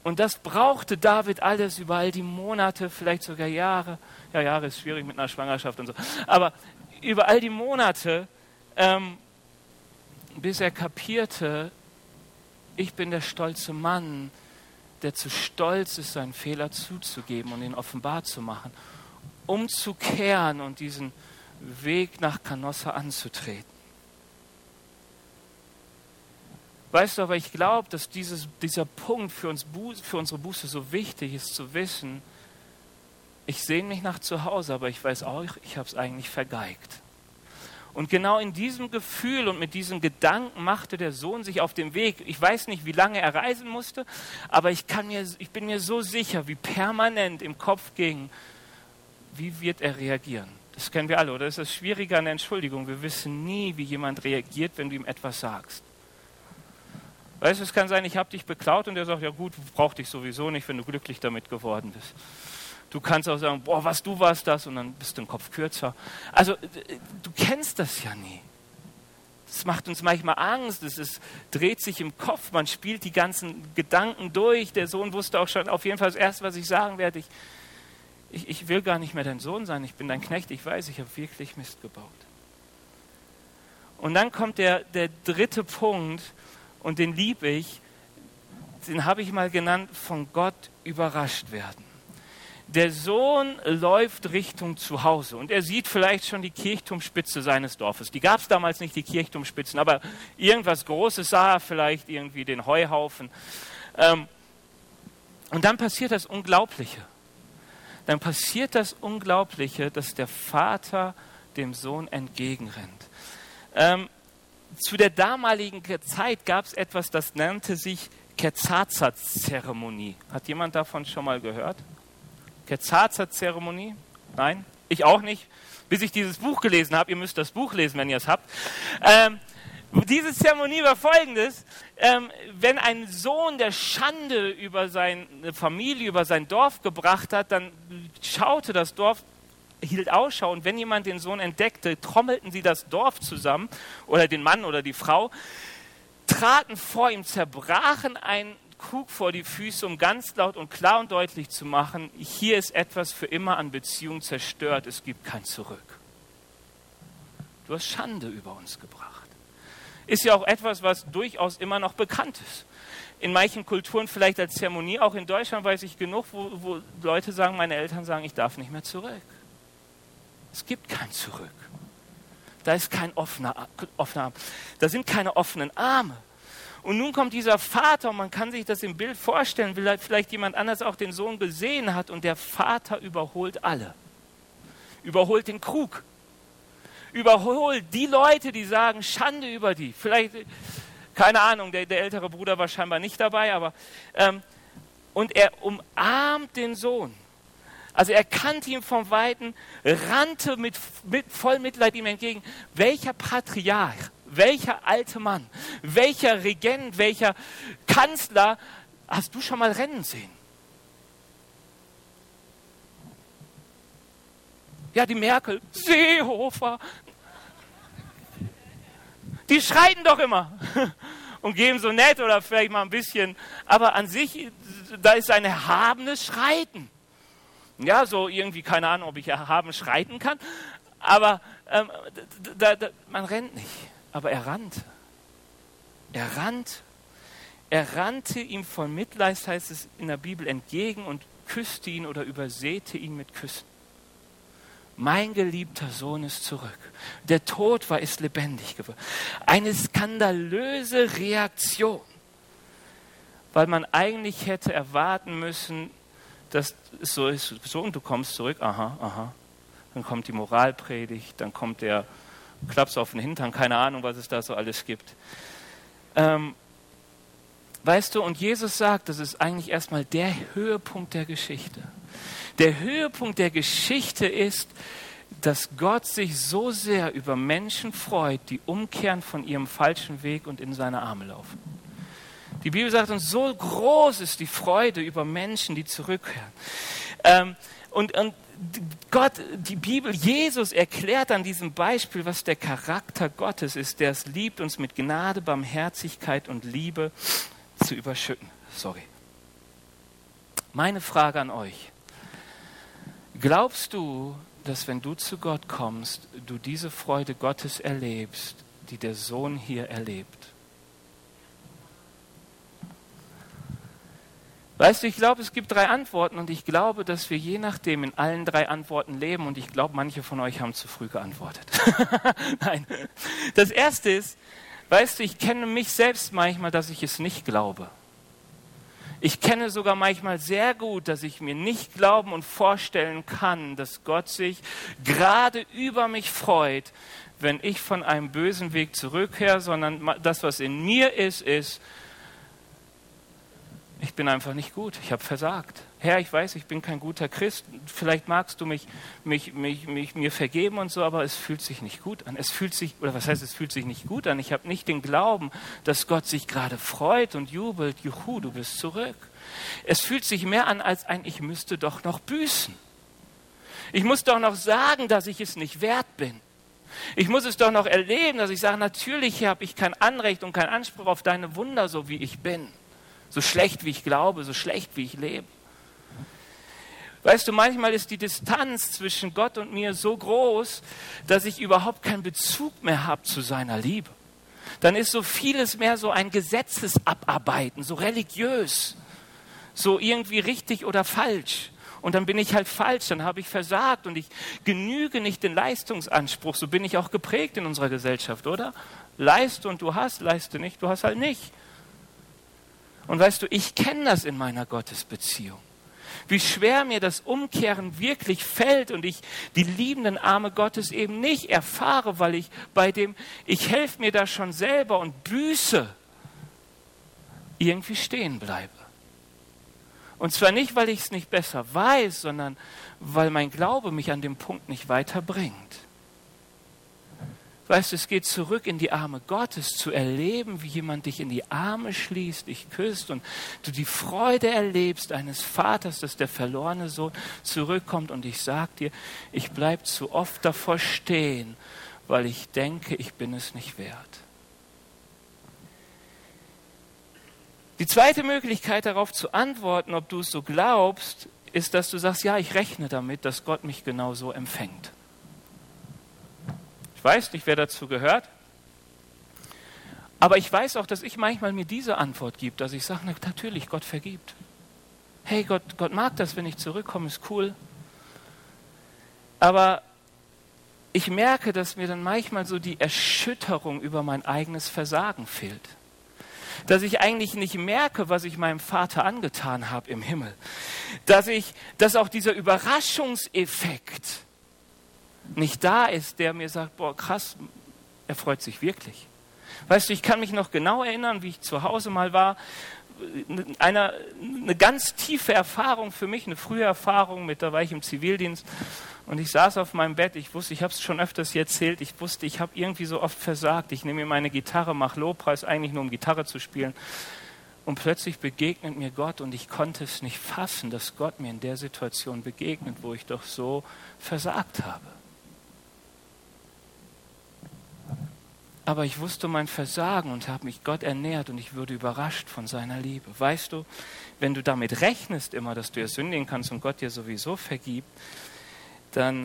Und das brauchte David alles über all die Monate, vielleicht sogar Jahre. Ja, Jahre ist schwierig mit einer Schwangerschaft und so. Aber über all die Monate, bis er kapierte, ich bin der stolze Mann, der zu stolz ist, seinen Fehler zuzugeben und ihn offenbar zu machen, umzukehren und diesen Weg nach Canossa anzutreten. Weißt du, aber ich glaube, dass dieser Punkt für unsere Buße so wichtig ist, zu wissen, ich sehne mich nach zu Hause, aber ich weiß auch, ich habe es eigentlich vergeigt. Und genau in diesem Gefühl und mit diesem Gedanken machte der Sohn sich auf den Weg. Ich weiß nicht, wie lange er reisen musste, aber ich bin mir so sicher, wie permanent im Kopf ging, wie wird er reagieren? Das kennen wir alle, oder? Das ist das Schwierige an der Entschuldigung. Wir wissen nie, wie jemand reagiert, wenn du ihm etwas sagst. Weißt du, es kann sein, ich habe dich beklaut und er sagt, ja gut, brauch dich sowieso nicht, wenn du glücklich damit geworden bist. Du kannst auch sagen, boah, was du warst das, und dann bist du den Kopf kürzer. Also, du kennst das ja nie. Das macht uns manchmal Angst, dreht sich im Kopf, man spielt die ganzen Gedanken durch. Der Sohn wusste auch schon, auf jeden Fall das Erste, was ich sagen werde, ich will gar nicht mehr dein Sohn sein, ich bin dein Knecht, ich weiß, ich habe wirklich Mist gebaut. Und dann kommt der dritte Punkt, und den liebe ich, den habe ich mal genannt, von Gott überrascht werden. Der Sohn läuft Richtung zu Hause und er sieht vielleicht schon die Kirchturmspitze seines Dorfes. Die gab es damals nicht, die Kirchturmspitzen, aber irgendwas Großes sah er vielleicht, irgendwie den Heuhaufen. Und dann passiert das Unglaubliche. Dass der Vater dem Sohn entgegenrennt. Zu der damaligen Zeit gab es etwas, das nannte sich Kezaza-Zeremonie. Hat jemand davon schon mal gehört? Kezaza-Zeremonie? Nein? Ich auch nicht. Bis ich dieses Buch gelesen habe. Ihr müsst das Buch lesen, wenn ihr es habt. Diese Zeremonie war folgendes. Wenn ein Sohn der Schande über seine Familie, über sein Dorf gebracht hat, dann schaute das Dorf, hielt Ausschau, und wenn jemand den Sohn entdeckte, trommelten sie das Dorf zusammen oder den Mann oder die Frau, traten vor ihm, zerbrachen einen Krug vor die Füße, um ganz laut und klar und deutlich zu machen, hier ist etwas für immer an Beziehung zerstört, es gibt kein Zurück. Du hast Schande über uns gebracht. Ist ja auch etwas, was durchaus immer noch bekannt ist. In manchen Kulturen vielleicht als Zeremonie, auch in Deutschland weiß ich genug, wo Leute sagen, meine Eltern sagen, ich darf nicht mehr zurück. Es gibt kein Zurück. Da ist kein offener Arm. Da sind keine offenen Arme. Und nun kommt dieser Vater, und man kann sich das im Bild vorstellen, vielleicht jemand anders auch den Sohn gesehen hat, und der Vater überholt alle. Überholt den Krug. Überholt die Leute, die sagen, Schande über die. Vielleicht, keine Ahnung, der ältere Bruder war scheinbar nicht dabei, aber und er umarmt den Sohn. Also er kannte ihn vom Weiten, rannte mit voll Mitleid ihm entgegen. Welcher Patriarch, welcher alte Mann, welcher Regent, welcher Kanzler hast du schon mal rennen sehen? Ja, die Merkel, Seehofer. Die schreiten doch immer und geben so nett oder vielleicht mal ein bisschen. Aber an sich, da ist ein erhabenes Schreiten. Ja, so irgendwie, keine Ahnung, ob ich erhaben schreiten kann, aber man rennt nicht. Aber er rannte. Er rannte ihm von Mitleid, heißt es in der Bibel, entgegen und küsste ihn oder übersäte ihn mit Küssen. Mein geliebter Sohn ist zurück. Der Tod ist lebendig geworden. Eine skandalöse Reaktion, weil man eigentlich hätte erwarten müssen, dass es so ist, so, und du kommst zurück, aha. Dann kommt die Moralpredigt, dann kommt der Klaps auf den Hintern, keine Ahnung, was es da so alles gibt. Weißt du, und Jesus sagt, das ist eigentlich erstmal der Höhepunkt der Geschichte. Der Höhepunkt der Geschichte ist, dass Gott sich so sehr über Menschen freut, die umkehren von ihrem falschen Weg und in seine Arme laufen. Die Bibel sagt uns, so groß ist die Freude über Menschen, die zurückkehren. Und Gott, die Bibel, Jesus erklärt an diesem Beispiel, was der Charakter Gottes ist, der es liebt, uns mit Gnade, Barmherzigkeit und Liebe zu überschütten. Meine Frage an euch. Glaubst du, dass wenn du zu Gott kommst, du diese Freude Gottes erlebst, die der Sohn hier erlebt? Weißt du, ich glaube, es gibt 3 Antworten und ich glaube, dass wir je nachdem in allen 3 Antworten leben und ich glaube, manche von euch haben zu früh geantwortet. Nein. Das erste ist, weißt du, ich kenne mich selbst manchmal, dass ich es nicht glaube. Ich kenne sogar manchmal sehr gut, dass ich mir nicht glauben und vorstellen kann, dass Gott sich gerade über mich freut, wenn ich von einem bösen Weg zurückkehre, sondern das, was in mir ist, ich bin einfach nicht gut, ich habe versagt. Herr, ich weiß, ich bin kein guter Christ, vielleicht magst du mir vergeben und so, aber es fühlt sich nicht gut an. Es fühlt sich nicht gut an? Ich habe nicht den Glauben, dass Gott sich gerade freut und jubelt, juhu, du bist zurück. Es fühlt sich mehr an als ich müsste doch noch büßen. Ich muss doch noch sagen, dass ich es nicht wert bin. Ich muss es doch noch erleben, dass ich sage, natürlich habe ich kein Anrecht und keinen Anspruch auf deine Wunder, so wie ich bin. So schlecht, wie ich glaube, so schlecht, wie ich lebe. Weißt du, manchmal ist die Distanz zwischen Gott und mir so groß, dass ich überhaupt keinen Bezug mehr habe zu seiner Liebe. Dann ist so vieles mehr so ein Gesetzesabarbeiten, so religiös, so irgendwie richtig oder falsch. Und dann bin ich halt falsch, dann habe ich versagt und ich genüge nicht den Leistungsanspruch. So bin ich auch geprägt in unserer Gesellschaft, oder? Leiste und du hast, leiste nicht, du hast halt nicht. Und weißt du, ich kenne das in meiner Gottesbeziehung. Wie schwer mir das Umkehren wirklich fällt und ich die liebenden Arme Gottes eben nicht erfahre, weil ich ich helfe mir da schon selber und büße, irgendwie stehen bleibe. Und zwar nicht, weil ich es nicht besser weiß, sondern weil mein Glaube mich an dem Punkt nicht weiterbringt. Weißt du, es geht zurück in die Arme Gottes, zu erleben, wie jemand dich in die Arme schließt, dich küsst und du die Freude erlebst eines Vaters, dass der verlorene Sohn zurückkommt. Und ich sage dir, ich bleibe zu oft davor stehen, weil ich denke, ich bin es nicht wert. Die zweite Möglichkeit, darauf zu antworten, ob du es so glaubst, ist, dass du sagst, ja, ich rechne damit, dass Gott mich genauso empfängt. Ich weiß nicht, wer dazu gehört, aber ich weiß auch, dass ich manchmal mir diese Antwort gebe, dass ich sage, natürlich, Gott vergibt. Hey, Gott mag das, wenn ich zurückkomme, ist cool. Aber ich merke, dass mir dann manchmal so die Erschütterung über mein eigenes Versagen fehlt. Dass ich eigentlich nicht merke, was ich meinem Vater angetan habe im Himmel. Dass auch dieser Überraschungseffekt nicht da ist, der mir sagt, boah, krass, er freut sich wirklich. Weißt du, ich kann mich noch genau erinnern, wie ich zu Hause mal war. Eine ganz tiefe Erfahrung für mich, eine frühe Erfahrung, da war ich im Zivildienst und ich saß auf meinem Bett, ich wusste, ich habe es schon öfters hier erzählt, ich wusste, ich habe irgendwie so oft versagt, ich nehme mir meine Gitarre, mache Lobpreis, eigentlich nur um Gitarre zu spielen und plötzlich begegnet mir Gott und ich konnte es nicht fassen, dass Gott mir in der Situation begegnet, wo ich doch so versagt habe. Aber ich wusste mein Versagen und habe mich Gott ernährt und ich wurde überrascht von seiner Liebe. Weißt du, wenn du damit rechnest immer, dass du ja sündigen kannst und Gott dir sowieso vergibt, dann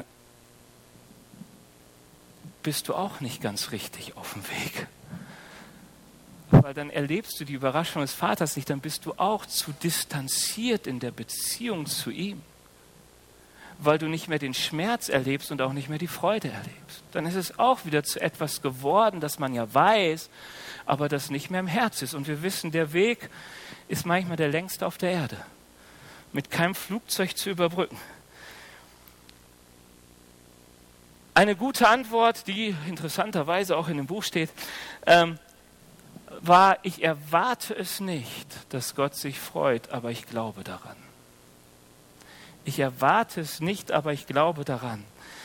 bist du auch nicht ganz richtig auf dem Weg. Weil dann erlebst du die Überraschung des Vaters nicht, dann bist du auch zu distanziert in der Beziehung zu ihm. Weil du nicht mehr den Schmerz erlebst und auch nicht mehr die Freude erlebst. Dann ist es auch wieder zu etwas geworden, das man ja weiß, aber das nicht mehr im Herz ist. Und wir wissen, der Weg ist manchmal der längste auf der Erde. Mit keinem Flugzeug zu überbrücken. Eine gute Antwort, die interessanterweise auch in dem Buch steht, war, ich erwarte es nicht, dass Gott sich freut, aber ich glaube daran. Ich erwarte es nicht, aber ich glaube daran.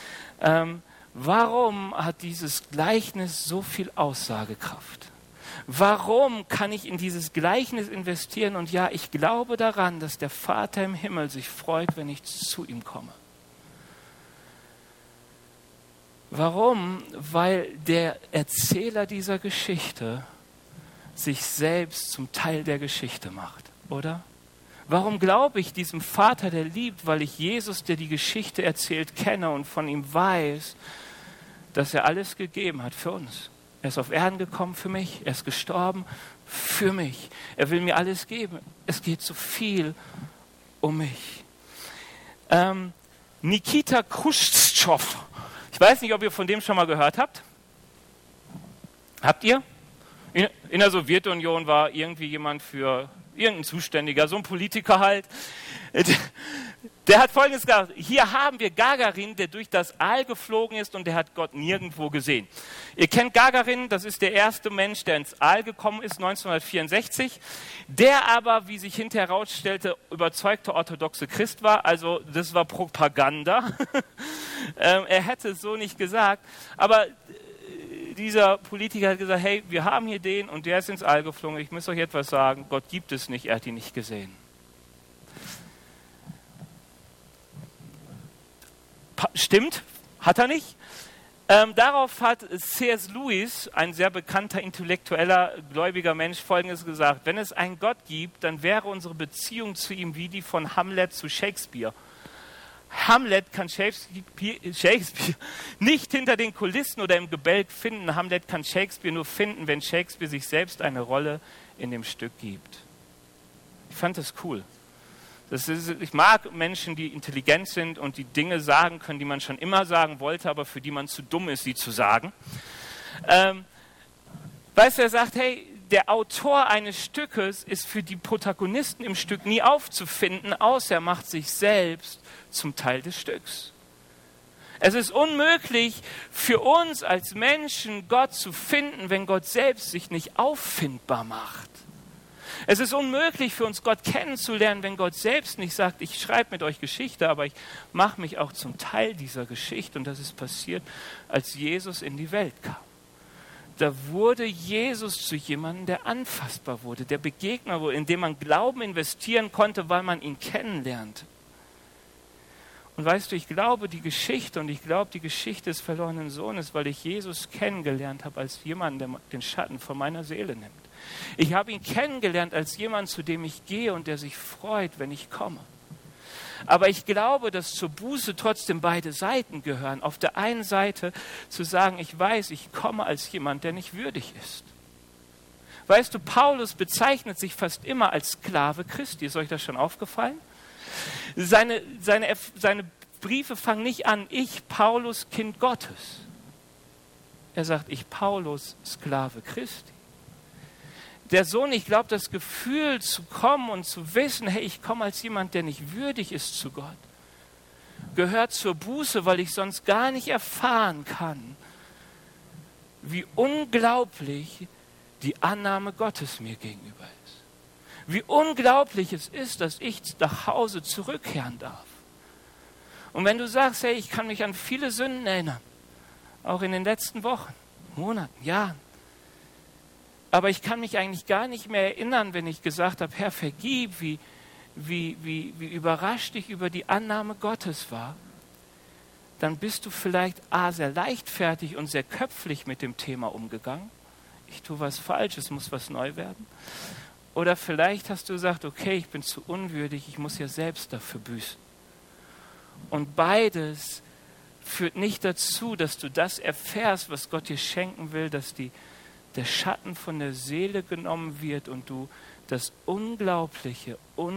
Warum hat dieses Gleichnis so viel Aussagekraft? Warum kann ich in dieses Gleichnis investieren? Und ja, ich glaube daran, dass der Vater im Himmel sich freut, wenn ich zu ihm komme. Warum? Weil der Erzähler dieser Geschichte sich selbst zum Teil der Geschichte macht, oder? Warum glaube ich diesem Vater, der liebt? Weil ich Jesus, der die Geschichte erzählt, kenne und von ihm weiß, dass er alles gegeben hat für uns. Er ist auf Erden gekommen für mich, er ist gestorben für mich. Er will mir alles geben. Es geht so viel um mich. Nikita Khrushchev. Ich weiß nicht, ob ihr von dem schon mal gehört habt. Habt ihr? In der Sowjetunion war irgendwie jemand für irgendein Zuständiger, so ein Politiker halt. Der hat Folgendes gesagt: Hier haben wir Gagarin, der durch das All geflogen ist und der hat Gott nirgendwo gesehen. Ihr kennt Gagarin, das ist der erste Mensch, der ins All gekommen ist, 1964. Der aber, wie sich hinterher herausstellte, überzeugter orthodoxe Christ war. Also das war Propaganda. Er hätte es so nicht gesagt. Aber dieser Politiker hat gesagt, hey, wir haben hier den und der ist ins All geflogen. Ich muss euch etwas sagen, Gott gibt es nicht, er hat ihn nicht gesehen. Stimmt, hat er nicht. Darauf hat C.S. Lewis, ein sehr bekannter, intellektueller, gläubiger Mensch, Folgendes gesagt: Wenn es einen Gott gibt, dann wäre unsere Beziehung zu ihm wie die von Hamlet zu Shakespeare. Hamlet kann Shakespeare nicht hinter den Kulissen oder im Gebälk finden. Hamlet kann Shakespeare nur finden, wenn Shakespeare sich selbst eine Rolle in dem Stück gibt. Ich fand das cool. Ich mag Menschen, die intelligent sind und die Dinge sagen können, die man schon immer sagen wollte, aber für die man zu dumm ist, sie zu sagen. Weißt du, er sagt, hey, der Autor eines Stückes ist für die Protagonisten im Stück nie aufzufinden, außer er macht sich selbst zum Teil des Stücks. Es ist unmöglich für uns als Menschen, Gott zu finden, wenn Gott selbst sich nicht auffindbar macht. Es ist unmöglich für uns, Gott kennenzulernen, wenn Gott selbst nicht sagt, ich schreibe mit euch Geschichte, aber ich mache mich auch zum Teil dieser Geschichte. Und das ist passiert, als Jesus in die Welt kam. Da wurde Jesus zu jemandem, der anfassbar wurde, der Begegner wurde, in dem man Glauben investieren konnte, weil man ihn kennenlernte. Und weißt du, ich glaube die Geschichte und ich glaube die Geschichte des verlorenen Sohnes, weil ich Jesus kennengelernt habe als jemanden, der den Schatten von meiner Seele nimmt. Ich habe ihn kennengelernt als jemand, zu dem ich gehe und der sich freut, wenn ich komme. Aber ich glaube, dass zur Buße trotzdem beide Seiten gehören. Auf der einen Seite zu sagen, ich weiß, ich komme als jemand, der nicht würdig ist. Weißt du, Paulus bezeichnet sich fast immer als Sklave Christi. Ist euch das schon aufgefallen? Seine Briefe fangen nicht an, ich, Paulus, Kind Gottes. Er sagt, ich, Paulus, Sklave Christi. Der Sohn, ich glaube, das Gefühl zu kommen und zu wissen, hey, ich komme als jemand, der nicht würdig ist zu Gott, gehört zur Buße, weil ich sonst gar nicht erfahren kann, wie unglaublich die Annahme Gottes mir gegenüber ist. Wie unglaublich es ist, dass ich nach Hause zurückkehren darf. Und wenn du sagst, hey, ich kann mich an viele Sünden erinnern, auch in den letzten Wochen, Monaten, Jahren, aber ich kann mich eigentlich gar nicht mehr erinnern, wenn ich gesagt habe, Herr, vergib, wie überrascht ich über die Annahme Gottes war, dann bist du vielleicht sehr leichtfertig und sehr köpflich mit dem Thema umgegangen. Ich tue was falsch, es muss was neu werden. Oder vielleicht hast du gesagt, okay, ich bin zu unwürdig, ich muss ja selbst dafür büßen. Und beides führt nicht dazu, dass du das erfährst, was Gott dir schenken will, dass der Schatten von der Seele genommen wird und du das unglaubliche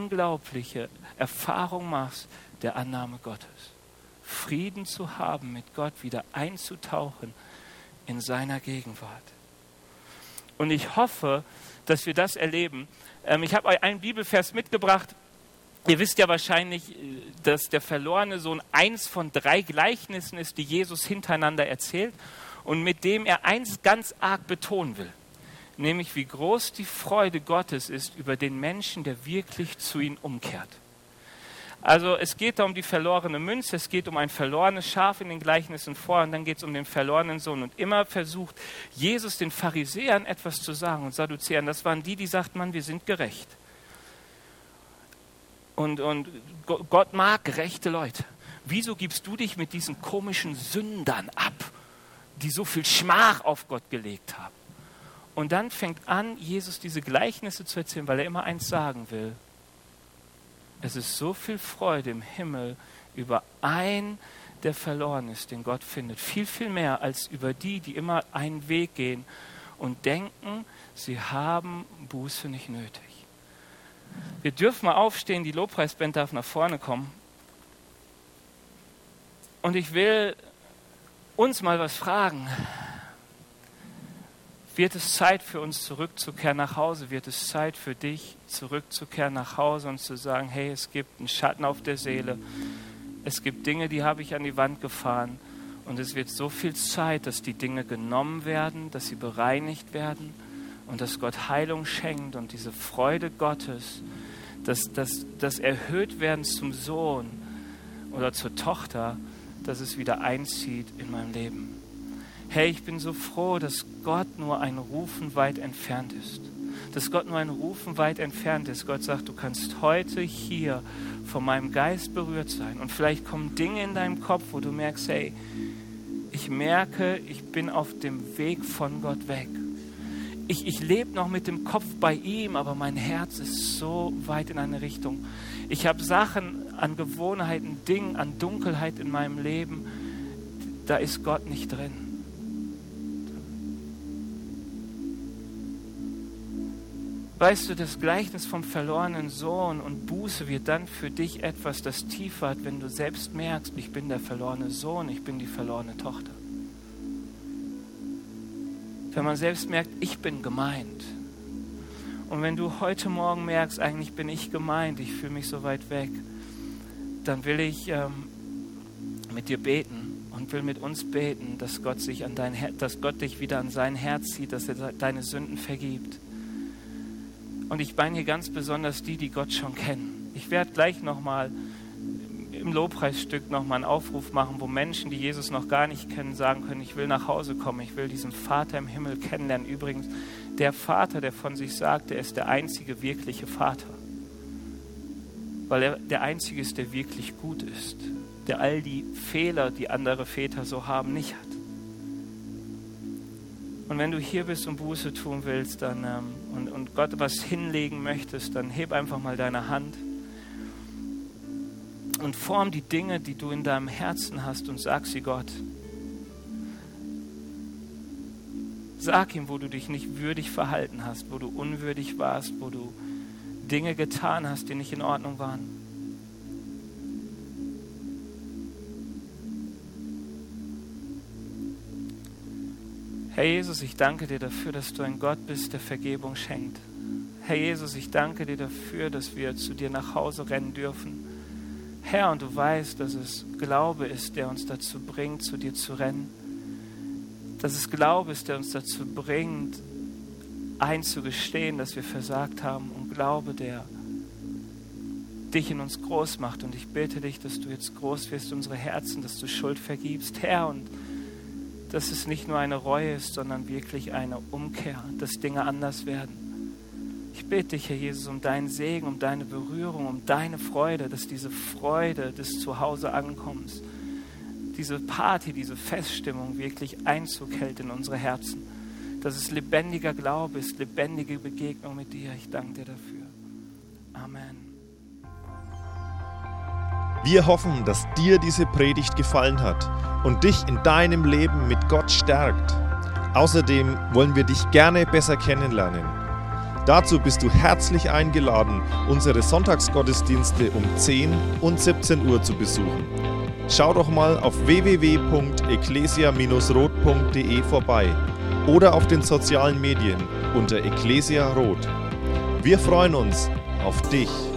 Erfahrung machst der Annahme Gottes. Frieden zu haben mit Gott, wieder einzutauchen in seiner Gegenwart. Und ich hoffe, dass wir das erleben. Ich habe euch einen Bibelvers mitgebracht. Ihr wisst ja wahrscheinlich, dass der verlorene Sohn eins von 3 Gleichnissen ist, die Jesus hintereinander erzählt und mit dem er eins ganz arg betonen will, nämlich wie groß die Freude Gottes ist über den Menschen, der wirklich zu ihm umkehrt. Also es geht da um die verlorene Münze, es geht um ein verlorenes Schaf in den Gleichnissen vor und dann geht es um den verlorenen Sohn. Und immer versucht Jesus den Pharisäern etwas zu sagen und Sadduzäern, das waren die sagten, Mann, wir sind gerecht. Und Gott mag gerechte Leute. Wieso gibst du dich mit diesen komischen Sündern ab, die so viel Schmach auf Gott gelegt haben? Und dann fängt an, Jesus diese Gleichnisse zu erzählen, weil er immer eins sagen will. Es ist so viel Freude im Himmel über einen, der verloren ist, den Gott findet. Viel, viel mehr als über die immer einen Weg gehen und denken, sie haben Buße nicht nötig. Wir dürfen mal aufstehen, die Lobpreisband darf nach vorne kommen. Und ich will uns mal was fragen. Wird es Zeit für uns zurückzukehren nach Hause? Wird es Zeit für dich zurückzukehren nach Hause und zu sagen, hey, es gibt einen Schatten auf der Seele. Es gibt Dinge, die habe ich an die Wand gefahren. Und es wird so viel Zeit, dass die Dinge genommen werden, dass sie bereinigt werden und dass Gott Heilung schenkt und diese Freude Gottes, das erhöht werden zum Sohn oder zur Tochter, dass es wieder einzieht in mein Leben. Hey, ich bin so froh, dass Gott nur ein Rufen weit entfernt ist. Dass Gott nur ein Rufen weit entfernt ist. Gott sagt, du kannst heute hier von meinem Geist berührt sein. Und vielleicht kommen Dinge in deinem Kopf, wo du merkst, hey, ich merke, ich bin auf dem Weg von Gott weg. Ich lebe noch mit dem Kopf bei ihm, aber mein Herz ist so weit in eine Richtung. Ich habe Sachen an Gewohnheiten, Dingen, an Dunkelheit in meinem Leben, da ist Gott nicht drin. Weißt du, das Gleichnis vom verlorenen Sohn und Buße wird dann für dich etwas, das tiefer hat, wenn du selbst merkst, ich bin der verlorene Sohn, ich bin die verlorene Tochter. Wenn man selbst merkt, ich bin gemeint. Und wenn du heute Morgen merkst, eigentlich bin ich gemeint, ich fühle mich so weit weg, dann will ich mit dir beten und will mit uns beten, dass Gott dich wieder an sein Herz zieht, dass er deine Sünden vergibt. Und ich meine hier ganz besonders die Gott schon kennen. Ich werde gleich nochmal im Lobpreisstück nochmal einen Aufruf machen, wo Menschen, die Jesus noch gar nicht kennen, sagen können, ich will nach Hause kommen, ich will diesen Vater im Himmel kennenlernen. Übrigens, der Vater, der von sich sagt, der ist der einzige wirkliche Vater. Weil er der einzige ist, der wirklich gut ist. Der all die Fehler, die andere Väter so haben, nicht hat. Und wenn du hier bist und Buße tun willst dann, und Gott was hinlegen möchtest, dann heb einfach mal deine Hand und form die Dinge, die du in deinem Herzen hast und sag sie Gott. Sag ihm, wo du dich nicht würdig verhalten hast, wo du unwürdig warst, wo du Dinge getan hast, die nicht in Ordnung waren. Herr Jesus, ich danke dir dafür, dass du ein Gott bist, der Vergebung schenkt. Herr Jesus, ich danke dir dafür, dass wir zu dir nach Hause rennen dürfen. Herr, und du weißt, dass es Glaube ist, der uns dazu bringt, zu dir zu rennen. Dass es Glaube ist, der uns dazu bringt, einzugestehen, dass wir versagt haben. Und Glaube, der dich in uns groß macht. Und ich bitte dich, dass du jetzt groß wirst, unsere Herzen, dass du Schuld vergibst. Herr, und dass es nicht nur eine Reue ist, sondern wirklich eine Umkehr, dass Dinge anders werden. Ich bitte dich, Herr Jesus, um deinen Segen, um deine Berührung, um deine Freude, dass diese Freude des Zuhause-Ankommens, diese Party, diese Feststimmung wirklich Einzug hält in unsere Herzen. Dass es lebendiger Glaube ist, lebendige Begegnung mit dir. Ich danke dir dafür. Amen. Wir hoffen, dass dir diese Predigt gefallen hat und dich in deinem Leben mit Gott stärkt. Außerdem wollen wir dich gerne besser kennenlernen. Dazu bist du herzlich eingeladen, unsere Sonntagsgottesdienste um 10 und 17 Uhr zu besuchen. Schau doch mal auf www.ecclesia-rot.de vorbei oder auf den sozialen Medien unter Ecclesia Rot. Wir freuen uns auf dich.